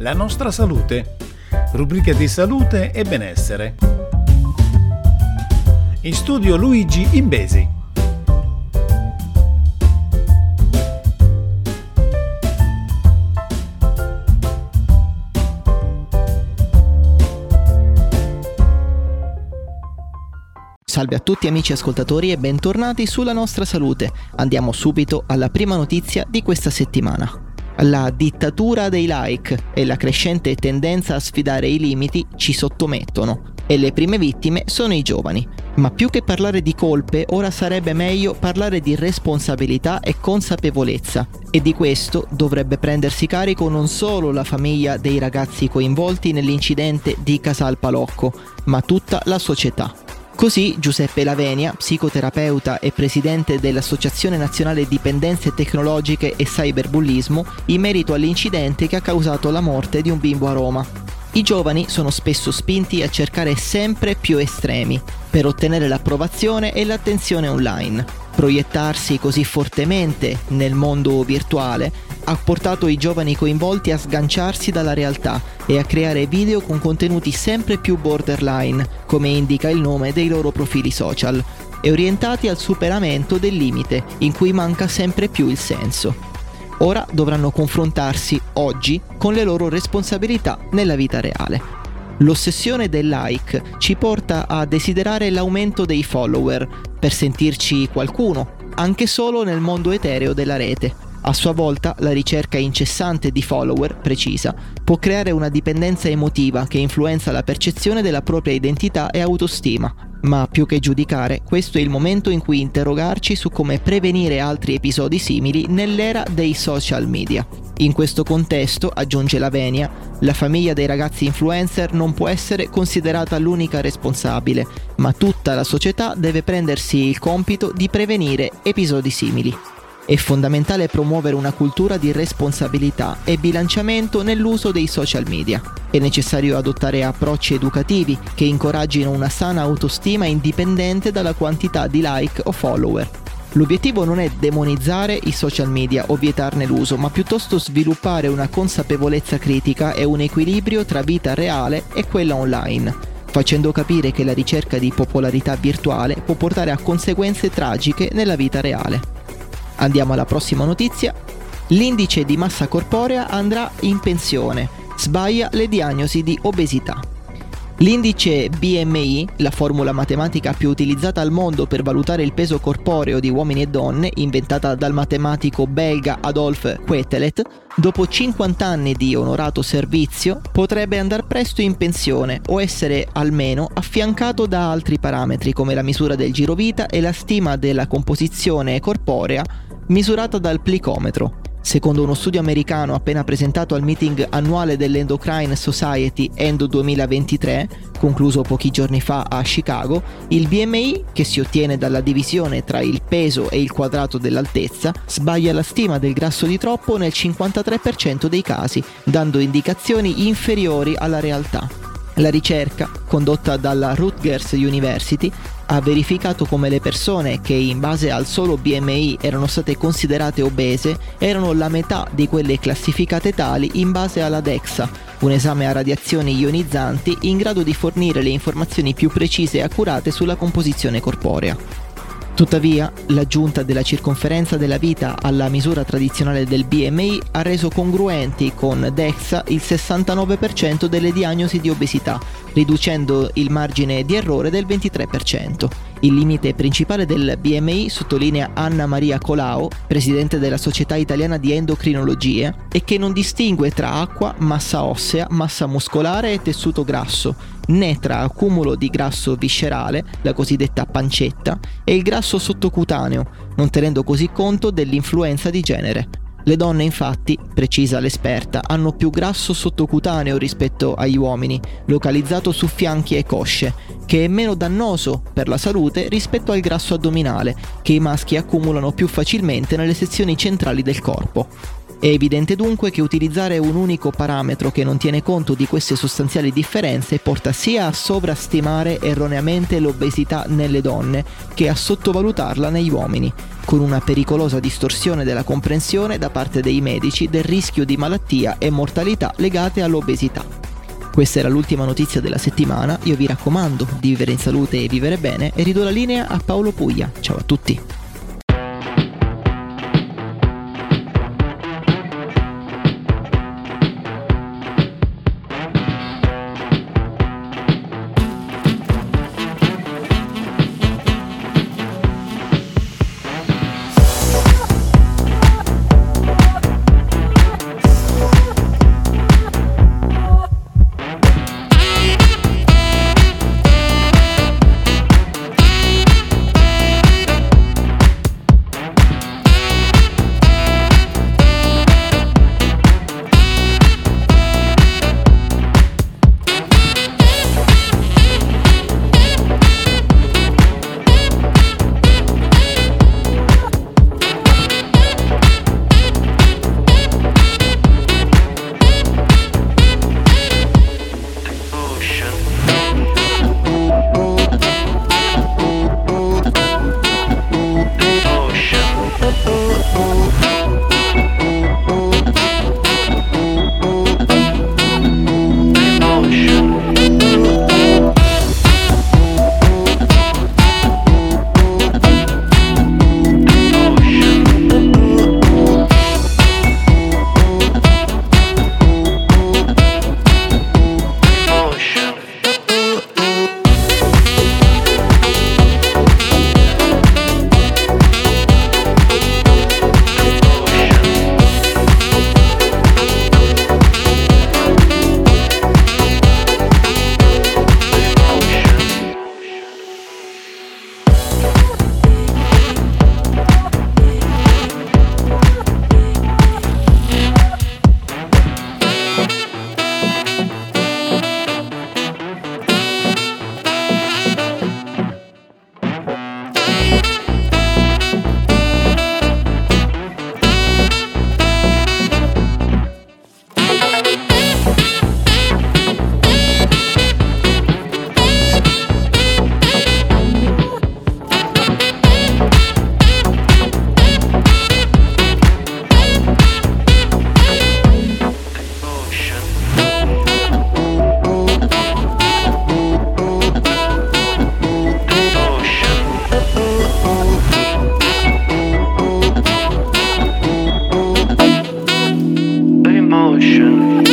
La nostra salute, rubrica di salute e benessere. In studio Luigi Imbesi. Salve a tutti amici ascoltatori e bentornati sulla nostra salute. Andiamo subito alla prima notizia di questa settimana. La dittatura dei like e la crescente tendenza a sfidare i limiti ci sottomettono e le prime vittime sono i giovani. Ma più che parlare di colpe, ora sarebbe meglio parlare di responsabilità e consapevolezza. E di questo dovrebbe prendersi carico non solo la famiglia dei ragazzi coinvolti nell'incidente di Casal Palocco, ma tutta la società. Così Giuseppe Lavenia, psicoterapeuta e presidente dell'Associazione Nazionale Dipendenze Tecnologiche e Cyberbullismo, in merito all'incidente che ha causato la morte di un bimbo a Roma. I giovani sono spesso spinti a cercare sempre più estremi per ottenere l'approvazione e l'attenzione online. Proiettarsi così fortemente nel mondo virtuale ha portato i giovani coinvolti a sganciarsi dalla realtà e a creare video con contenuti sempre più borderline, come indica il nome dei loro profili social, e orientati al superamento del limite, in cui manca sempre più il senso. Ora dovranno confrontarsi oggi con le loro responsabilità nella vita reale. L'ossessione del like ci porta a desiderare l'aumento dei follower per sentirci qualcuno, anche solo nel mondo etereo della rete. A sua volta, la ricerca incessante di follower precisa può creare una dipendenza emotiva che influenza la percezione della propria identità e autostima. Ma più che giudicare, questo è il momento in cui interrogarci su come prevenire altri episodi simili nell'era dei social media. In questo contesto, aggiunge Lavenia, la famiglia dei ragazzi influencer non può essere considerata l'unica responsabile, ma tutta la società deve prendersi il compito di prevenire episodi simili. È fondamentale promuovere una cultura di responsabilità e bilanciamento nell'uso dei social media. È necessario adottare approcci educativi che incoraggino una sana autostima indipendente dalla quantità di like o follower. L'obiettivo non è demonizzare i social media o vietarne l'uso, ma piuttosto sviluppare una consapevolezza critica e un equilibrio tra vita reale e quella online, facendo capire che la ricerca di popolarità virtuale può portare a conseguenze tragiche nella vita reale. Andiamo alla prossima notizia. L'indice di massa corporea andrà in pensione. Sbaglia le diagnosi di obesità. L'indice BMI, la formula matematica più utilizzata al mondo per valutare il peso corporeo di uomini e donne, inventata dal matematico belga Adolphe Quetelet, dopo 50 anni di onorato servizio, potrebbe andare presto in pensione o essere almeno affiancato da altri parametri come la misura del girovita e la stima della composizione corporea misurata dal plicometro. Secondo uno studio americano appena presentato al meeting annuale dell'Endocrine Society Endo 2023, concluso pochi giorni fa a Chicago, il BMI, che si ottiene dalla divisione tra il peso e il quadrato dell'altezza, sbaglia la stima del grasso di troppo nel 53% dei casi, dando indicazioni inferiori alla realtà. La ricerca, condotta dalla Rutgers University, ha verificato come le persone che in base al solo BMI erano state considerate obese erano la metà di quelle classificate tali in base alla DEXA, un esame a radiazioni ionizzanti in grado di fornire le informazioni più precise e accurate sulla composizione corporea. Tuttavia, l'aggiunta della circonferenza della vita alla misura tradizionale del BMI ha reso congruenti con DEXA il 69% delle diagnosi di obesità, riducendo il margine di errore del 23%. Il limite principale del BMI, sottolinea Anna Maria Colao, presidente della Società Italiana di Endocrinologia, è che non distingue tra acqua, massa ossea, massa muscolare e tessuto grasso, né tra accumulo di grasso viscerale, la cosiddetta pancetta, e il grasso sottocutaneo, non tenendo così conto dell'influenza di genere. Le donne infatti, precisa l'esperta, hanno più grasso sottocutaneo rispetto agli uomini, localizzato su fianchi e cosce, che è meno dannoso per la salute rispetto al grasso addominale, che i maschi accumulano più facilmente nelle sezioni centrali del corpo. È evidente dunque che utilizzare un unico parametro che non tiene conto di queste sostanziali differenze porta sia a sovrastimare erroneamente l'obesità nelle donne che a sottovalutarla negli uomini, con una pericolosa distorsione della comprensione da parte dei medici del rischio di malattia e mortalità legate all'obesità. Questa era l'ultima notizia della settimana, io vi raccomando di vivere in salute e vivere bene e ridò la linea a Paolo Puglia. Ciao a tutti! Emotion.